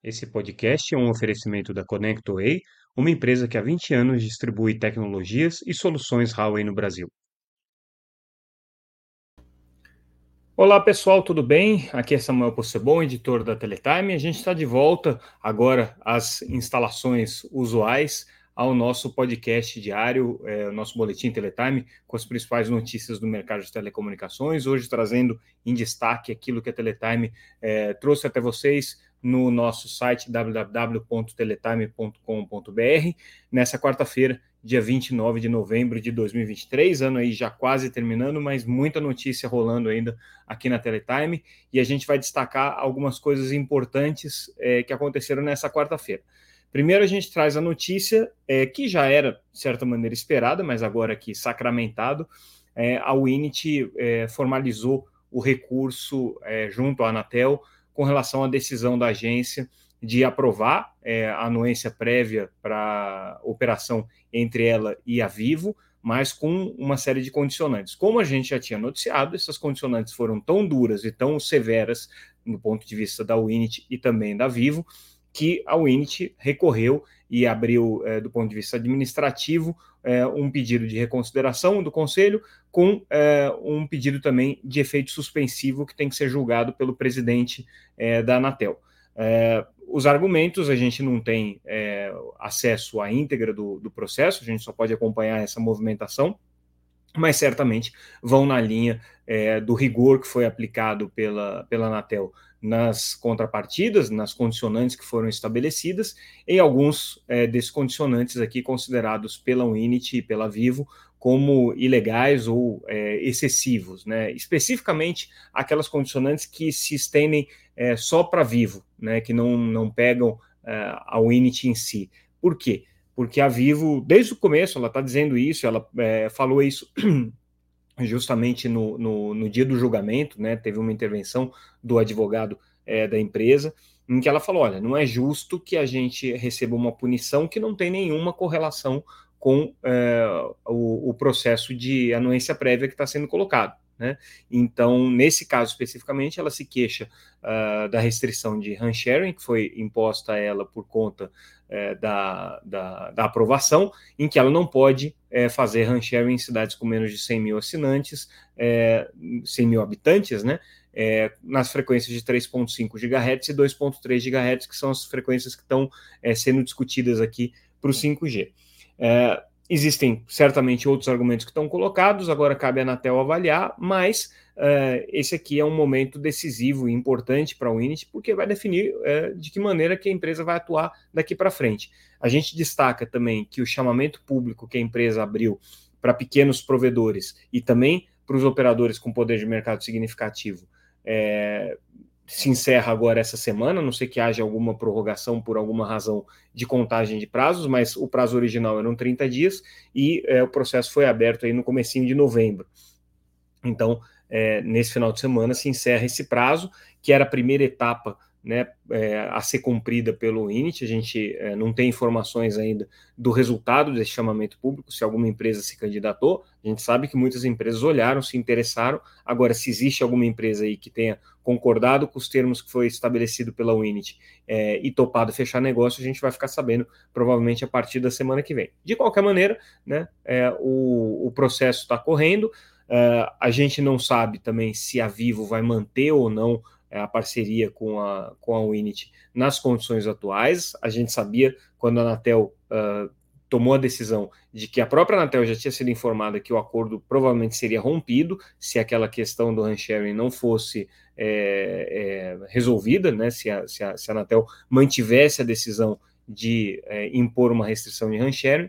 Esse podcast é um oferecimento da ConnectWay, uma empresa que há 20 anos distribui tecnologias e soluções Huawei no Brasil. Olá pessoal, tudo bem? Aqui é Samuel Possebon, editor da Teletime. A gente está de volta agora às instalações usuais ao nosso podcast diário, o nosso boletim Teletime, com as principais notícias do mercado de telecomunicações. Hoje trazendo em destaque aquilo que a Teletime trouxe até vocês no nosso site www.teletime.com.br nessa quarta-feira, dia 29 de novembro de 2023, ano aí já quase terminando, mas muita notícia rolando ainda aqui na Teletime, e a gente vai destacar algumas coisas importantes que aconteceram nessa quarta-feira. Primeiro, a gente traz a notícia que já era, de certa maneira, esperada, mas agora aqui sacramentado. A Winit formalizou o recurso junto à Anatel com relação à decisão da agência de aprovar a anuência prévia para operação entre ela e a Vivo, mas com uma série de condicionantes. Como a gente já tinha noticiado, essas condicionantes foram tão duras e tão severas no ponto de vista da Winit e também da Vivo, que a Winit recorreu e abriu, do ponto de vista administrativo, um pedido de reconsideração do Conselho, com um pedido também de efeito suspensivo que tem que ser julgado pelo presidente da Anatel. Os argumentos, a gente não tem acesso à íntegra do processo, a gente só pode acompanhar essa movimentação, mas certamente vão na linha do rigor que foi aplicado pela Anatel nas contrapartidas, nas condicionantes que foram estabelecidas, e alguns desses condicionantes aqui considerados pela Winit e pela Vivo como ilegais ou excessivos, né? Especificamente aquelas condicionantes que se estendem só para Vivo, né? Que não pegam a Winit em si. Por quê? Porque a Vivo, desde o começo, ela está dizendo isso, ela falou isso justamente no dia do julgamento, né? Teve uma intervenção do advogado da empresa, em que ela falou: olha, não é justo que a gente receba uma punição que não tem nenhuma correlação com o processo de anuência prévia que está sendo colocado. Né? Então, nesse caso especificamente, ela se queixa da restrição de RAN sharing, que foi imposta a ela por conta da aprovação, em que ela não pode fazer RAN sharing em cidades com menos de 100 mil assinantes, 100 mil habitantes, né? Nas frequências de 3.5 GHz e 2.3 GHz, que são as frequências que estão sendo discutidas aqui para o 5G. Existem certamente outros argumentos que estão colocados, agora cabe à Anatel avaliar, mas esse aqui é um momento decisivo e importante para a Winit, porque vai definir de que maneira que a empresa vai atuar daqui para frente. A gente destaca também que o chamamento público que a empresa abriu para pequenos provedores e também para os operadores com poder de mercado significativo se encerra agora essa semana, a não sei que haja alguma prorrogação por alguma razão de contagem de prazos, mas o prazo original eram 30 dias e o processo foi aberto aí no comecinho de novembro. Então, nesse final de semana se encerra esse prazo, que era a primeira etapa, né, a ser cumprida pelo Winit. A gente não tem informações ainda do resultado desse chamamento público, se alguma empresa se candidatou. A gente sabe que muitas empresas olharam, se interessaram. Agora, se existe alguma empresa aí que tenha concordado com os termos que foi estabelecido pela Winit e topado fechar negócio, a gente vai ficar sabendo provavelmente a partir da semana que vem. De qualquer maneira, né, o processo está correndo. A gente não sabe também se a Vivo vai manter ou não a parceria com a Winit nas condições atuais. A gente sabia, quando a Anatel tomou a decisão de que a própria Anatel já tinha sido informada que o acordo provavelmente seria rompido se aquela questão do RAN sharing não fosse resolvida, né? Se a Anatel mantivesse a decisão de impor uma restrição de RAN sharing.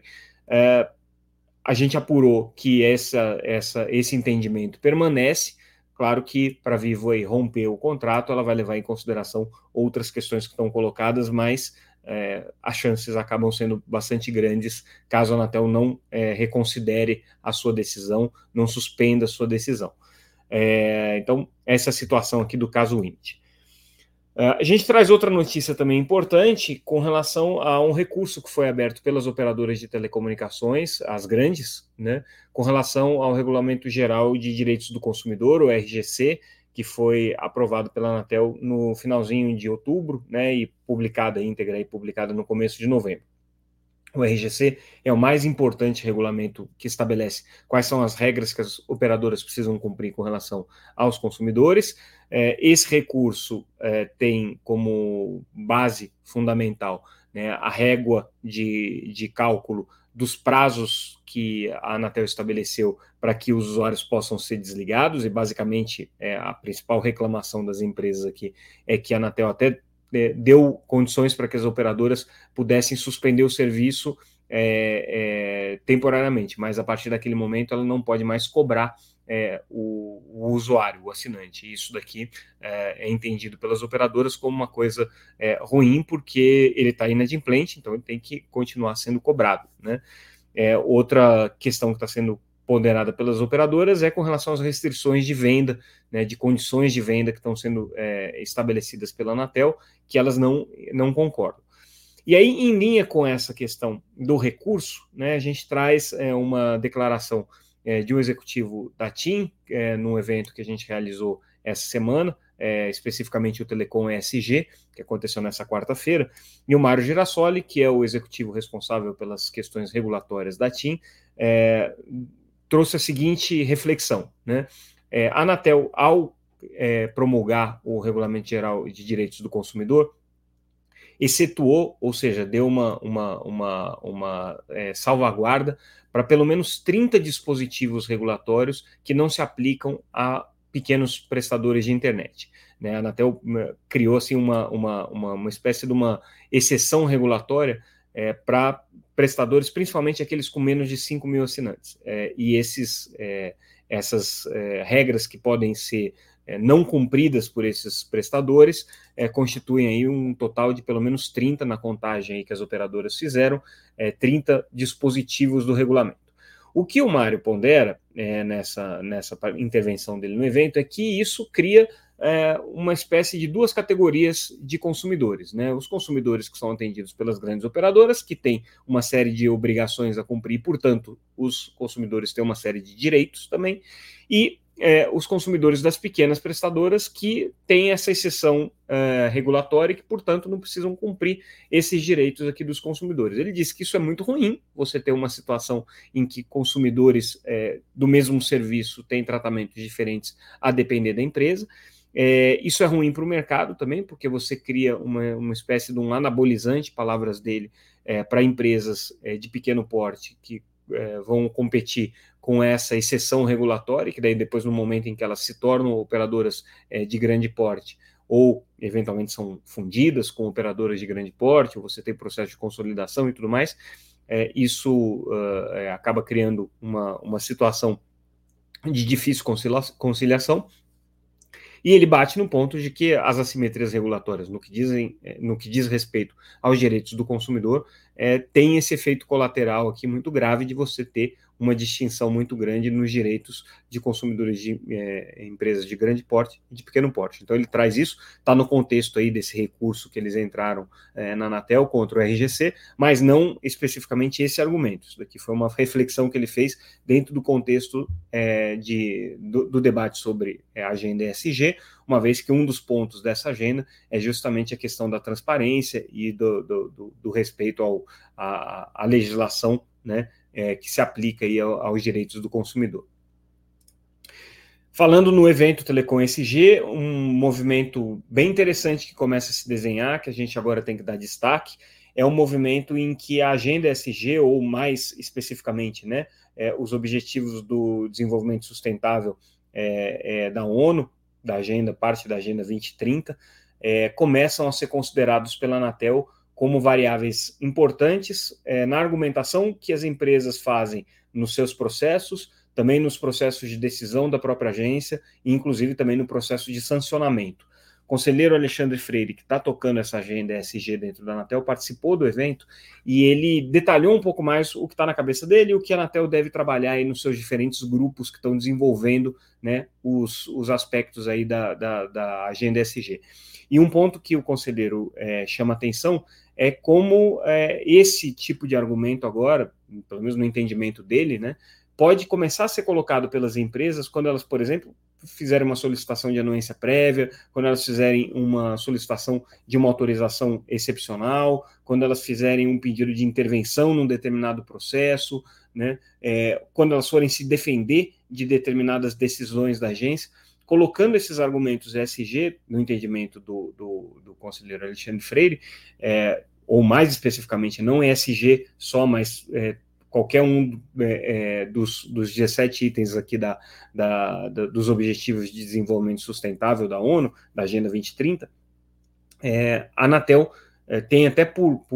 A gente apurou que esse entendimento permanece. Claro que para a Vivo aí romper o contrato, ela vai levar em consideração outras questões que estão colocadas, mas as chances acabam sendo bastante grandes caso a Anatel não reconsidere a sua decisão, não suspenda a sua decisão. Então, essa é a situação aqui do caso Winit. A gente traz outra notícia também importante com relação a um recurso que foi aberto pelas operadoras de telecomunicações, as grandes, né, com relação ao Regulamento Geral de Direitos do Consumidor, o RGC, que foi aprovado pela Anatel no finalzinho de outubro, né, e publicada íntegra e publicada no começo de novembro. O RGC é o mais importante regulamento que estabelece quais são as regras que as operadoras precisam cumprir com relação aos consumidores. Esse recurso tem como base fundamental, né, a régua de cálculo dos prazos que a Anatel estabeleceu para que os usuários possam ser desligados, e basicamente a principal reclamação das empresas aqui é que a Anatel até deu condições para que as operadoras pudessem suspender o serviço temporariamente, mas a partir daquele momento ela não pode mais cobrar o usuário, o assinante. Isso daqui é entendido pelas operadoras como uma coisa ruim, porque ele está inadimplente, então ele tem que continuar sendo cobrado, né? Outra questão que está sendo ponderada pelas operadoras é com relação às restrições de venda, né, de condições de venda que estão sendo estabelecidas pela Anatel, que elas não concordam. E aí, em linha com essa questão do recurso, né, a gente traz uma declaração de um executivo da TIM, num evento que a gente realizou essa semana, especificamente o Telecom ESG, que aconteceu nessa quarta-feira, e o Mário Girassoli, que é o executivo responsável pelas questões regulatórias da TIM, trouxe a seguinte reflexão, né? A Anatel, ao promulgar o Regulamento Geral de Direitos do Consumidor, excetuou, ou seja, deu uma salvaguarda para pelo menos 30 dispositivos regulatórios que não se aplicam a pequenos prestadores de internet. Né? A Anatel criou assim, uma espécie de uma exceção regulatória para prestadores, principalmente aqueles com menos de 5 mil assinantes. E essas regras que podem ser não cumpridas por esses prestadores constituem aí um total de pelo menos 30 na contagem aí que as operadoras fizeram, 30 dispositivos do regulamento. O que o Mário pondera nessa intervenção dele no evento é que isso cria uma espécie de duas categorias de consumidores, né? Os consumidores que são atendidos pelas grandes operadoras, que têm uma série de obrigações a cumprir, portanto, os consumidores têm uma série de direitos também, e os consumidores das pequenas prestadoras que têm essa exceção regulatória e que, portanto, não precisam cumprir esses direitos aqui dos consumidores. Ele disse que isso é muito ruim, você ter uma situação em que consumidores do mesmo serviço têm tratamentos diferentes a depender da empresa. Isso é ruim para o mercado também, porque você cria uma espécie de um anabolizante, palavras dele, para empresas de pequeno porte que vão competir com essa exceção regulatória, que daí depois no momento em que elas se tornam operadoras de grande porte, ou eventualmente são fundidas com operadoras de grande porte, ou você tem processo de consolidação e tudo mais, isso acaba criando uma situação de difícil conciliação. E ele bate no ponto de que as assimetrias regulatórias, no que diz respeito aos direitos do consumidor, tem esse efeito colateral aqui muito grave de você ter uma distinção muito grande nos direitos de consumidores de empresas de grande porte e de pequeno porte. Então ele traz isso, está no contexto aí desse recurso que eles entraram na Anatel contra o RGC, mas não especificamente esse argumento. Isso daqui foi uma reflexão que ele fez dentro do contexto do debate sobre a agenda ESG, uma vez que um dos pontos dessa agenda é justamente a questão da transparência e do respeito à legislação, né, que se aplica aí aos direitos do consumidor. Falando no evento Telecom ESG, um movimento bem interessante que começa a se desenhar, que a gente agora tem que dar destaque, é um movimento em que a agenda ESG, ou mais especificamente, né, os objetivos do desenvolvimento sustentável da ONU, parte da Agenda 2030, começam a ser considerados pela Anatel como variáveis importantes na argumentação que as empresas fazem nos seus processos, também nos processos de decisão da própria agência e, inclusive, também no processo de sancionamento. O conselheiro Alexandre Freire, que está tocando essa agenda ESG dentro da Anatel, participou do evento e ele detalhou um pouco mais o que está na cabeça dele e o que a Anatel deve trabalhar aí nos seus diferentes grupos que estão desenvolvendo, né, os aspectos aí da agenda ESG. E um ponto que o conselheiro chama atenção é como esse tipo de argumento agora, pelo menos no entendimento dele, né, pode começar a ser colocado pelas empresas quando elas, por exemplo, fizerem uma solicitação de anuência prévia, quando elas fizerem uma solicitação de uma autorização excepcional, quando elas fizerem um pedido de intervenção num determinado processo, né? Quando elas forem se defender de determinadas decisões da agência, colocando esses argumentos ESG, no entendimento do conselheiro Alexandre Freire, ou mais especificamente, não ESG só, mas qualquer um dos 17 itens aqui dos Objetivos de Desenvolvimento Sustentável da ONU, da Agenda 2030, a Anatel tem até por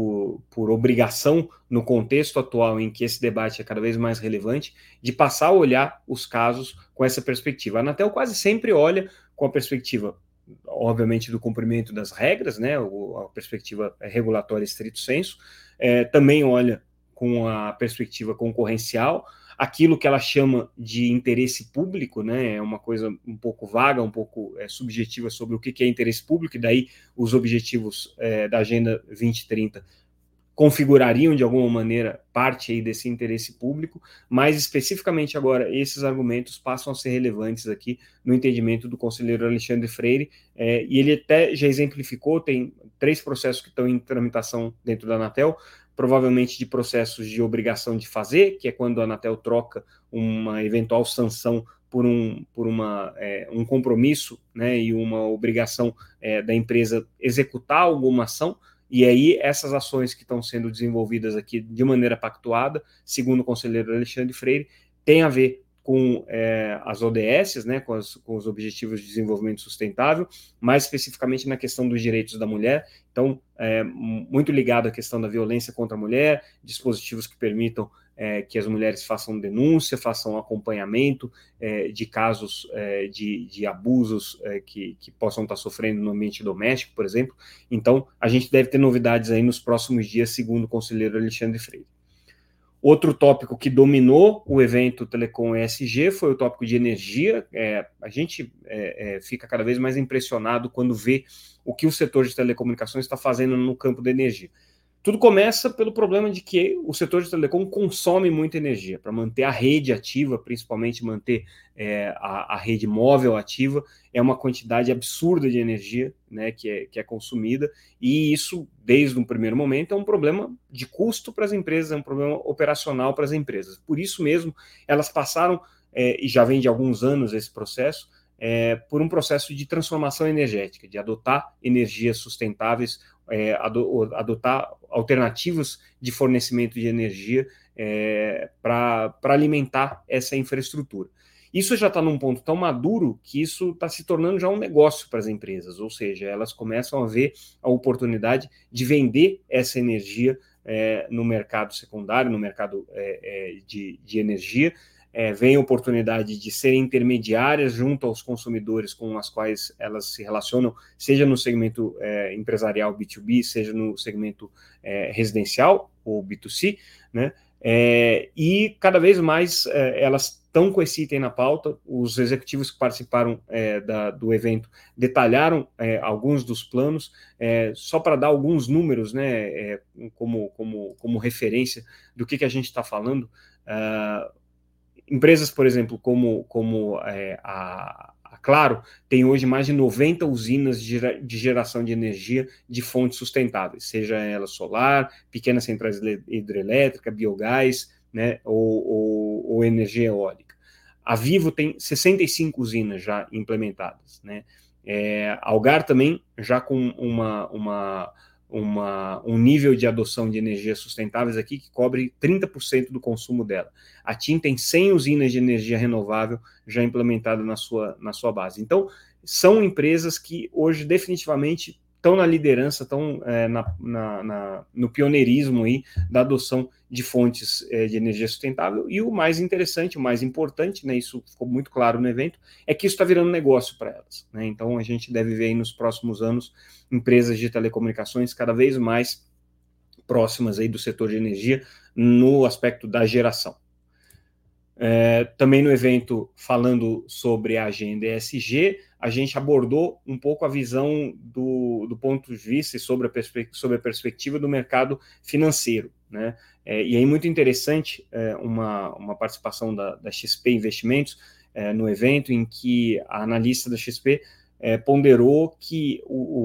obrigação, no contexto atual em que esse debate é cada vez mais relevante, de passar a olhar os casos com essa perspectiva. A Anatel quase sempre olha com a perspectiva, obviamente, do cumprimento das regras, né, a perspectiva regulatória estrito sensu, também olha com a perspectiva concorrencial, aquilo que ela chama de interesse público, né, é uma coisa um pouco vaga, um pouco subjetiva sobre o que é interesse público, e daí os objetivos da Agenda 2030 configurariam de alguma maneira parte aí desse interesse público, mas especificamente agora esses argumentos passam a ser relevantes aqui no entendimento do conselheiro Alexandre Freire, e ele até já exemplificou, tem 3 processos que estão em tramitação dentro da Anatel, provavelmente de processos de obrigação de fazer, que é quando a Anatel troca uma eventual sanção por um compromisso, né, e uma obrigação da empresa executar alguma ação. E aí, essas ações que estão sendo desenvolvidas aqui de maneira pactuada, segundo o conselheiro Alexandre Freire, tem a ver com as ODS, né, com os Objetivos de Desenvolvimento Sustentável, mais especificamente na questão dos direitos da mulher. Então, muito ligado à questão da violência contra a mulher, dispositivos que permitam que as mulheres façam denúncia, façam acompanhamento de casos de abusos que possam estar sofrendo no ambiente doméstico, por exemplo. Então, a gente deve ter novidades aí nos próximos dias, segundo o conselheiro Alexandre Freire. Outro tópico que dominou o evento Telecom ESG foi o tópico de energia. A gente fica cada vez mais impressionado quando vê o que o setor de telecomunicações está fazendo no campo da energia. Tudo começa pelo problema de que o setor de telecom consome muita energia. Para manter a rede ativa, principalmente manter a rede móvel ativa, é uma quantidade absurda de energia, né, que é consumida, e isso, desde um primeiro momento, é um problema de custo para as empresas, é um problema operacional para as empresas. Por isso mesmo, elas passaram, e já vem de alguns anos esse processo, por um processo de transformação energética, de adotar energias sustentáveis, adotar alternativas de fornecimento de energia para alimentar essa infraestrutura. Isso já está num ponto tão maduro que isso está se tornando já um negócio para as empresas, ou seja, elas começam a ver a oportunidade de vender essa energia no mercado secundário, no mercado de energia, vem a oportunidade de serem intermediárias junto aos consumidores com os quais elas se relacionam, seja no segmento empresarial B2B, seja no segmento residencial, ou B2C, né? E cada vez mais elas estão com esse item na pauta. Os executivos que participaram do evento detalharam alguns dos planos, só para dar alguns números, né, como referência do que a gente está falando. Empresas, por exemplo, como a Claro, tem hoje mais de 90 usinas de geração de energia de fontes sustentáveis, seja ela solar, pequenas centrais hidrelétricas, biogás, né, ou energia eólica. A Vivo tem 65 usinas já implementadas, né? A Algar também já com um nível de adoção de energias sustentáveis aqui que cobre 30% do consumo dela. A TIM tem 100 usinas de energia renovável já implementadas na sua base. Então, são empresas que hoje definitivamente estão na liderança, estão no pioneirismo aí da adoção de fontes de energia sustentável. E o mais interessante, o mais importante, né, isso ficou muito claro no evento, é que isso está virando negócio para elas, né? Então, a gente deve ver aí nos próximos anos empresas de telecomunicações cada vez mais próximas aí do setor de energia no aspecto da geração. Também no evento, falando sobre a agenda ESG, a gente abordou um pouco a visão do ponto de vista e sobre a perspectiva do mercado financeiro, né? E aí muito interessante uma participação da XP Investimentos, no evento, em que a analista da XP ponderou que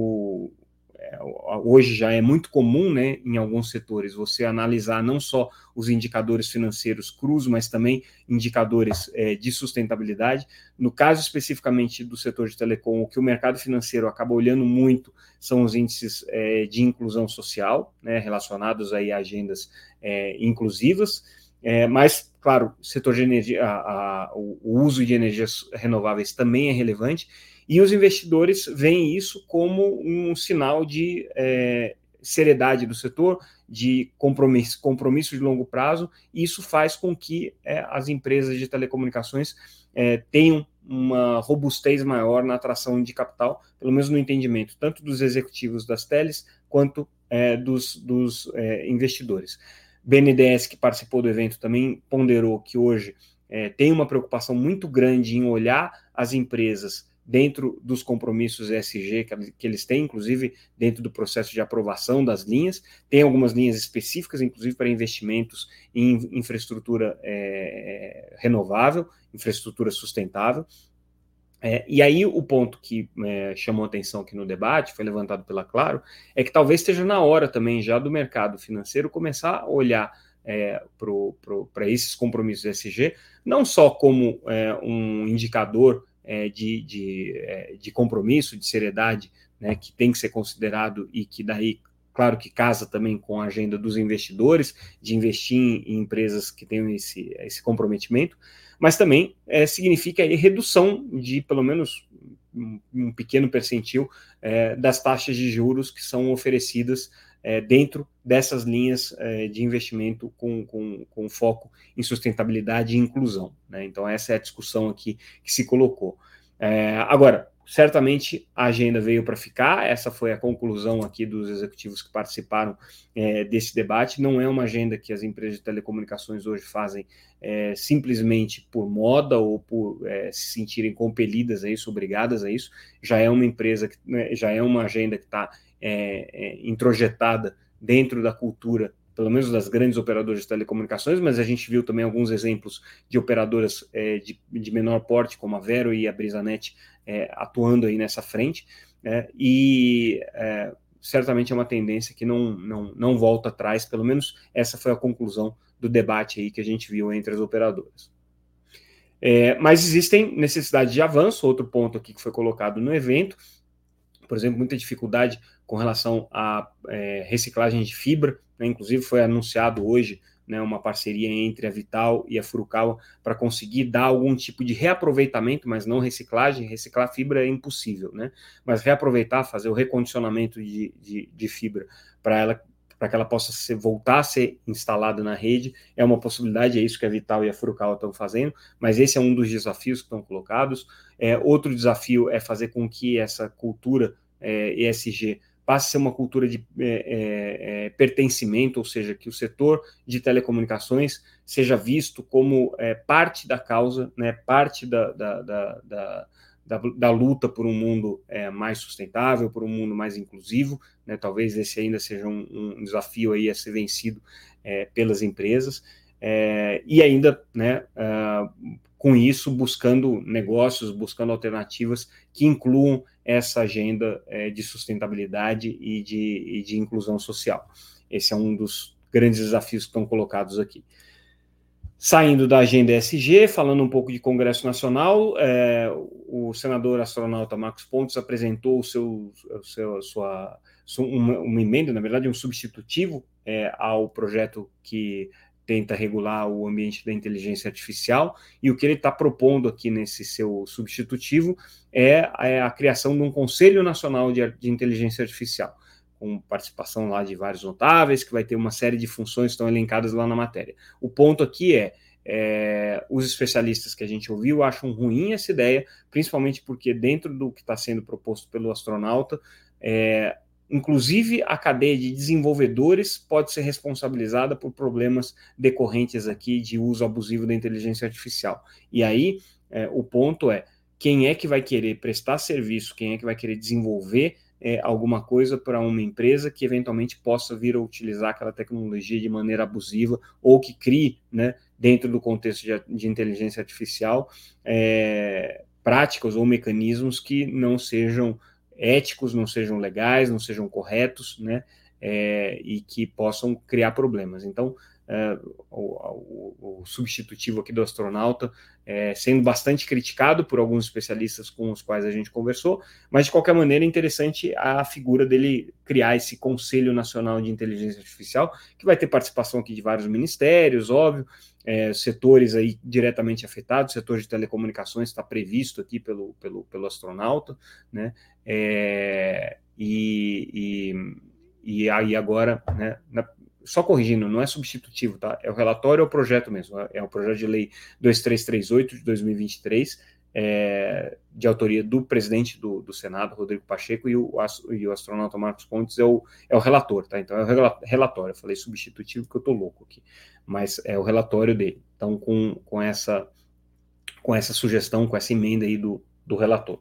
hoje já é muito comum, né, em alguns setores, você analisar não só os indicadores financeiros crus, mas também indicadores de sustentabilidade. No caso especificamente do setor de telecom, o que o mercado financeiro acaba olhando muito são os índices de inclusão social, né, relacionados aí a agendas inclusivas, mas, claro, o setor de energia, o uso de energias renováveis também é relevante, e os investidores veem isso como um sinal de seriedade do setor, de compromisso de longo prazo, e isso faz com que as empresas de telecomunicações tenham uma robustez maior na atração de capital, pelo menos no entendimento tanto dos executivos das teles quanto dos investidores. BNDES, que participou do evento, também ponderou que hoje tem uma preocupação muito grande em olhar as empresas dentro dos compromissos ESG que eles têm, inclusive dentro do processo de aprovação das linhas. Tem algumas linhas específicas, inclusive para investimentos em infraestrutura renovável, infraestrutura sustentável. E aí o ponto que chamou atenção aqui no debate, foi levantado pela Claro, é que talvez esteja na hora também já do mercado financeiro começar a olhar para esses compromissos ESG, não só como um indicador de compromisso, de seriedade, né, que tem que ser considerado e que daí, claro que casa também com a agenda dos investidores, de investir em empresas que tenham esse comprometimento, mas também significa aí redução de pelo menos um pequeno percentil das taxas de juros que são oferecidas dentro dessas linhas de investimento com foco em sustentabilidade e inclusão, né? Então essa é a discussão aqui que se colocou. Agora, certamente a agenda veio para ficar, essa foi a conclusão aqui dos executivos que participaram desse debate. Não é uma agenda que as empresas de telecomunicações hoje fazem simplesmente por moda ou por se sentirem compelidas a isso, obrigadas a isso. Já é uma empresa, já é uma agenda que está introjetada dentro da cultura, pelo menos das grandes operadoras de telecomunicações, mas a gente viu também alguns exemplos de operadoras de menor porte, como a Vero e a Brisanet, atuando aí nessa frente, e certamente é uma tendência que não volta atrás, pelo menos essa foi a conclusão do debate aí que a gente viu entre as operadoras. Mas existem necessidades de avanço, outro ponto aqui que foi colocado no evento, por exemplo, muita dificuldade com relação à reciclagem de fibra, né? Inclusive foi anunciado hoje, né, uma parceria entre a Vital e a Furukawa para conseguir dar algum tipo de reaproveitamento, mas não reciclagem. Reciclar fibra é impossível, né? Mas reaproveitar, fazer o recondicionamento de fibra para que ela possa voltar a ser instalada na rede, é uma possibilidade, é isso que a Vital e a Furukawa estão fazendo, mas esse é um dos desafios que estão colocados. Outro desafio é fazer com que essa cultura ESG passe a ser uma cultura de pertencimento, ou seja, que o setor de telecomunicações seja visto como parte da causa, né, parte da luta por um mundo mais sustentável, por um mundo mais inclusivo, né? Talvez esse ainda seja um desafio aí a ser vencido pelas empresas, e ainda, né, com isso, buscando negócios, buscando alternativas que incluam essa agenda de sustentabilidade e de inclusão social. Esse é um dos grandes desafios que estão colocados aqui. Saindo da agenda ESG, falando um pouco de Congresso Nacional, o senador astronauta Marcos Pontes apresentou uma emenda, na verdade, um substitutivo ao projeto que tenta regular o ambiente da inteligência artificial, e o que ele está propondo aqui nesse seu substitutivo é a criação de um Conselho Nacional de Inteligência Artificial, com participação lá de vários notáveis, que vai ter uma série de funções que estão elencadas lá na matéria. O ponto aqui os especialistas que a gente ouviu acham ruim essa ideia, principalmente porque dentro do que está sendo proposto pelo astronauta, inclusive a cadeia de desenvolvedores pode ser responsabilizada por problemas decorrentes aqui de uso abusivo da inteligência artificial. E aí, o ponto quem é que vai querer prestar serviço, quem é que vai querer desenvolver alguma coisa para uma empresa que eventualmente possa vir a utilizar aquela tecnologia de maneira abusiva ou que crie, né, dentro do contexto de inteligência artificial, práticas ou mecanismos que não sejam éticos, não sejam legais, não sejam corretos, né? E que possam criar problemas. Então, o substitutivo aqui do astronauta sendo bastante criticado por alguns especialistas com os quais a gente conversou, mas de qualquer maneira é interessante a figura dele criar esse Conselho Nacional de Inteligência Artificial, que vai ter participação aqui de vários ministérios, óbvio, setores aí diretamente afetados, setor de telecomunicações está previsto aqui pelo astronauta, né? E aí agora, né, só corrigindo, não é substitutivo, tá? É o relatório ou o projeto mesmo, é o projeto de lei 2338 de 2023, de autoria do presidente do Senado, Rodrigo Pacheco, e o astronauta Marcos Pontes é o relator, tá? Então é o relatório, eu falei substitutivo porque eu tô louco aqui, mas é o relatório dele. Então com essa sugestão, com essa emenda aí do relator.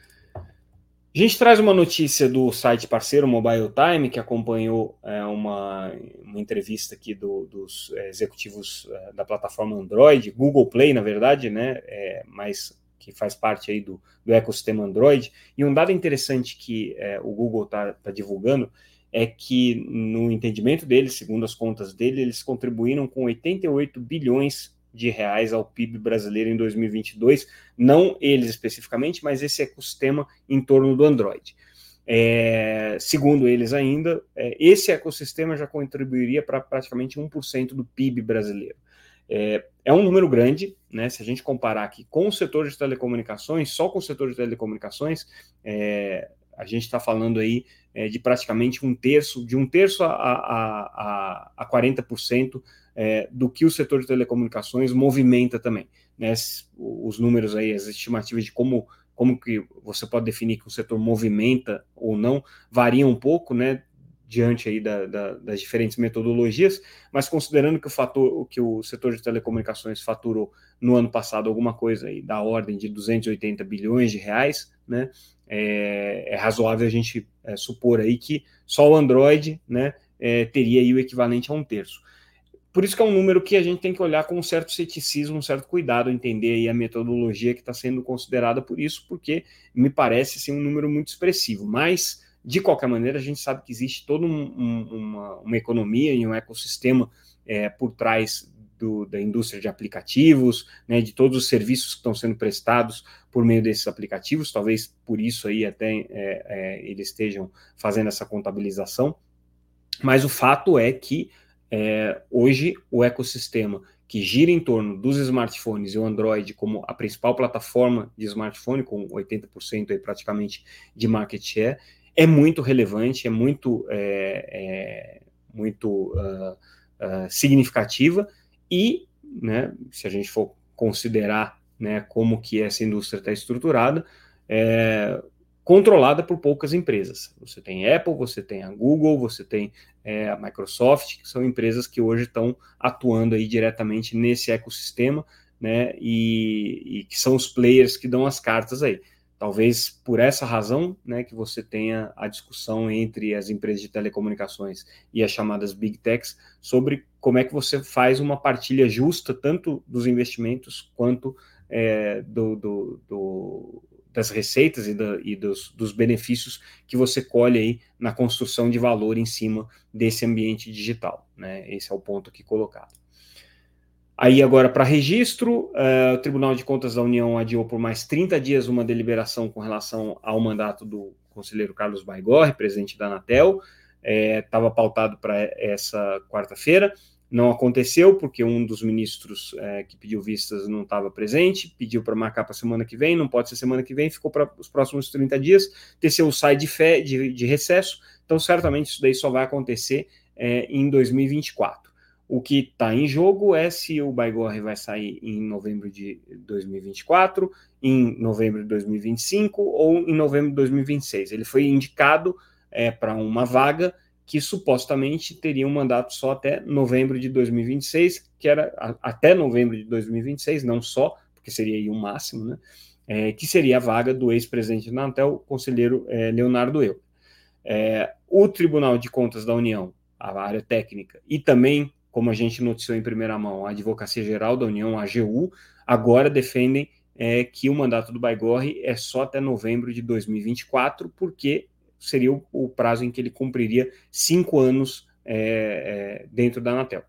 A gente traz uma notícia do site parceiro Mobile Time, que acompanhou uma entrevista aqui dos executivos da plataforma Android, Google Play, na verdade, né, mas que faz parte aí do ecossistema Android. E um dado interessante que o Google tá divulgando é que, no entendimento deles, segundo as contas dele, eles contribuíram com 88 bilhões de reais ao PIB brasileiro em 2022, não eles especificamente, mas esse ecossistema em torno do Android. Segundo eles ainda, esse ecossistema já contribuiria para praticamente 1% do PIB brasileiro. É um número grande, né? Se a gente comparar aqui com o setor de telecomunicações, só com o setor de telecomunicações, a gente está falando aí de praticamente de um terço a 40% do que o setor de telecomunicações movimenta também, né? Os números aí, as estimativas de como que você pode definir que o setor movimenta ou não, variam um pouco, né? Diante aí das diferentes metodologias, mas considerando que o setor de telecomunicações faturou no ano passado alguma coisa aí da ordem de 280 bilhões de reais, né? É razoável a gente supor aí que só o Android, né, teria aí o equivalente a um terço. Por isso que é um número que a gente tem que olhar com um certo ceticismo, um certo cuidado, entender aí a metodologia que está sendo considerada por isso, porque me parece assim, um número muito expressivo. Mas, de qualquer maneira, a gente sabe que existe toda uma economia e um ecossistema por trás da indústria de aplicativos, né, de todos os serviços que estão sendo prestados por meio desses aplicativos. Talvez por isso aí até eles estejam fazendo essa contabilização. Mas o fato é que hoje o ecossistema que gira em torno dos smartphones e o Android como a principal plataforma de smartphone, com 80% aí praticamente de market share, é muito relevante, é muito significativa e, né, se a gente for considerar, né, como que essa indústria está estruturada, controlada por poucas empresas. Você tem Apple, você tem a Google, você tem a Microsoft, que são empresas que hoje estão atuando aí diretamente nesse ecossistema, né, e que são os players que dão as cartas aí. Talvez por essa razão, né, que você tenha a discussão entre as empresas de telecomunicações e as chamadas Big Techs sobre como é que você faz uma partilha justa tanto dos investimentos quanto das receitas e dos benefícios que você colhe aí na construção de valor em cima desse ambiente digital, né? Esse é o ponto aqui colocado. Aí agora para registro, o Tribunal de Contas da União adiou por mais 30 dias uma deliberação com relação ao mandato do conselheiro Carlos Baigorre, presidente da Anatel. Estava pautado para essa quarta-feira, não aconteceu porque um dos ministros que pediu vistas não estava presente, pediu para marcar para a semana que vem, não pode ser semana que vem, ficou para os próximos 30 dias, TCU sai de recesso, então certamente isso daí só vai acontecer em 2024. O que está em jogo é se o Baigorre vai sair em novembro de 2024, em novembro de 2025 ou em novembro de 2026. Ele foi indicado para uma vaga que supostamente teria um mandato só até novembro de 2026, que era até novembro de 2026, não só, porque seria aí o máximo, né? Que seria a vaga do ex-presidente da Anatel, o conselheiro Leonardo Euler. O Tribunal de Contas da União, a área técnica, e também como a gente noticiou em primeira mão, a Advocacia Geral da União, a AGU, agora defendem que o mandato do Baigorre é só até novembro de 2024, porque seria o prazo em que ele cumpriria 5 anos dentro da Anatel,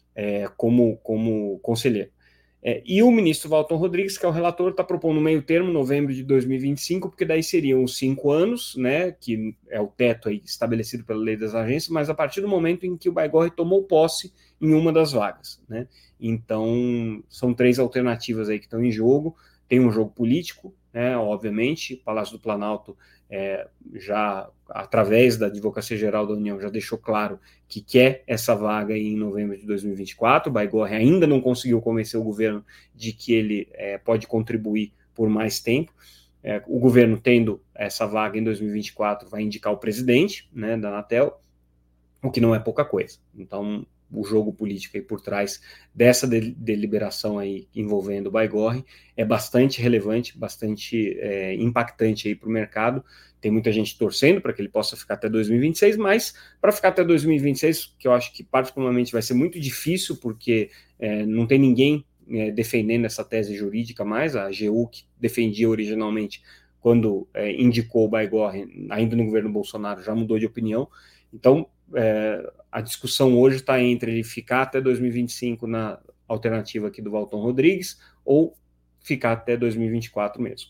como conselheiro. E o ministro Walton Rodrigues, que é o relator, está propondo um meio termo, novembro de 2025, porque daí seriam os 5 anos, né, que é o teto aí estabelecido pela lei das agências, mas a partir do momento em que o Baigorre tomou posse em uma das vagas, né? Então, são 3 alternativas aí que estão em jogo. Tem um jogo político, né, obviamente, o Palácio do Planalto já, através da Advocacia Geral da União, já deixou claro que quer essa vaga aí em novembro de 2024. O Baigorre ainda não conseguiu convencer o governo de que ele pode contribuir por mais tempo. O governo, tendo essa vaga em 2024, vai indicar o presidente, né, da Anatel, o que não é pouca coisa. Então, o jogo político aí por trás dessa deliberação aí envolvendo o Baigorre é bastante relevante, bastante impactante aí para o mercado. Tem muita gente torcendo para que ele possa ficar até 2026, mas para ficar até 2026, que eu acho que particularmente vai ser muito difícil, porque não tem ninguém defendendo essa tese jurídica mais. A AGU, que defendia originalmente quando indicou o Baigorre, ainda no governo Bolsonaro, já mudou de opinião. Então, a discussão hoje está entre ele ficar até 2025 na alternativa aqui do Walton Rodrigues ou ficar até 2024 mesmo.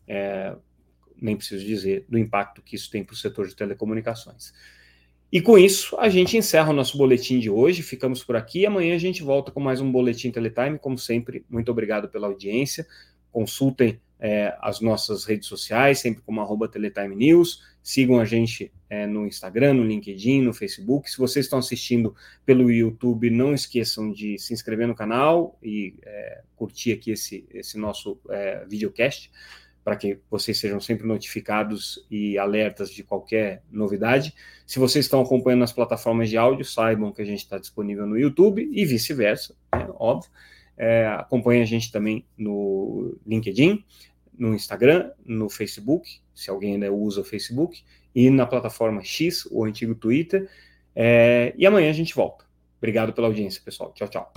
Nem preciso dizer do impacto que isso tem para o setor de telecomunicações. E com isso, a gente encerra o nosso boletim de hoje. Ficamos por aqui. Amanhã a gente volta com mais um Boletim Teletime. Como sempre, muito obrigado pela audiência. Consultem as nossas redes sociais, sempre como @Teletime News. Sigam a gente no Instagram, no LinkedIn, no Facebook. Se vocês estão assistindo pelo YouTube, não esqueçam de se inscrever no canal e curtir aqui esse nosso videocast, para que vocês sejam sempre notificados e alertas de qualquer novidade. Se vocês estão acompanhando nas plataformas de áudio, saibam que a gente está disponível no YouTube e vice-versa, óbvio. Acompanhe a gente também no LinkedIn, no Instagram, no Facebook, se alguém ainda usa o Facebook, e na plataforma X, o antigo Twitter. E amanhã a gente volta. Obrigado pela audiência, pessoal. Tchau, tchau.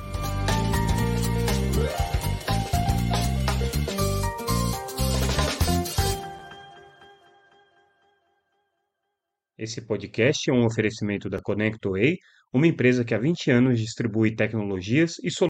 Esse podcast é um oferecimento da ConnectWay, uma empresa que há 20 anos distribui tecnologias e soluções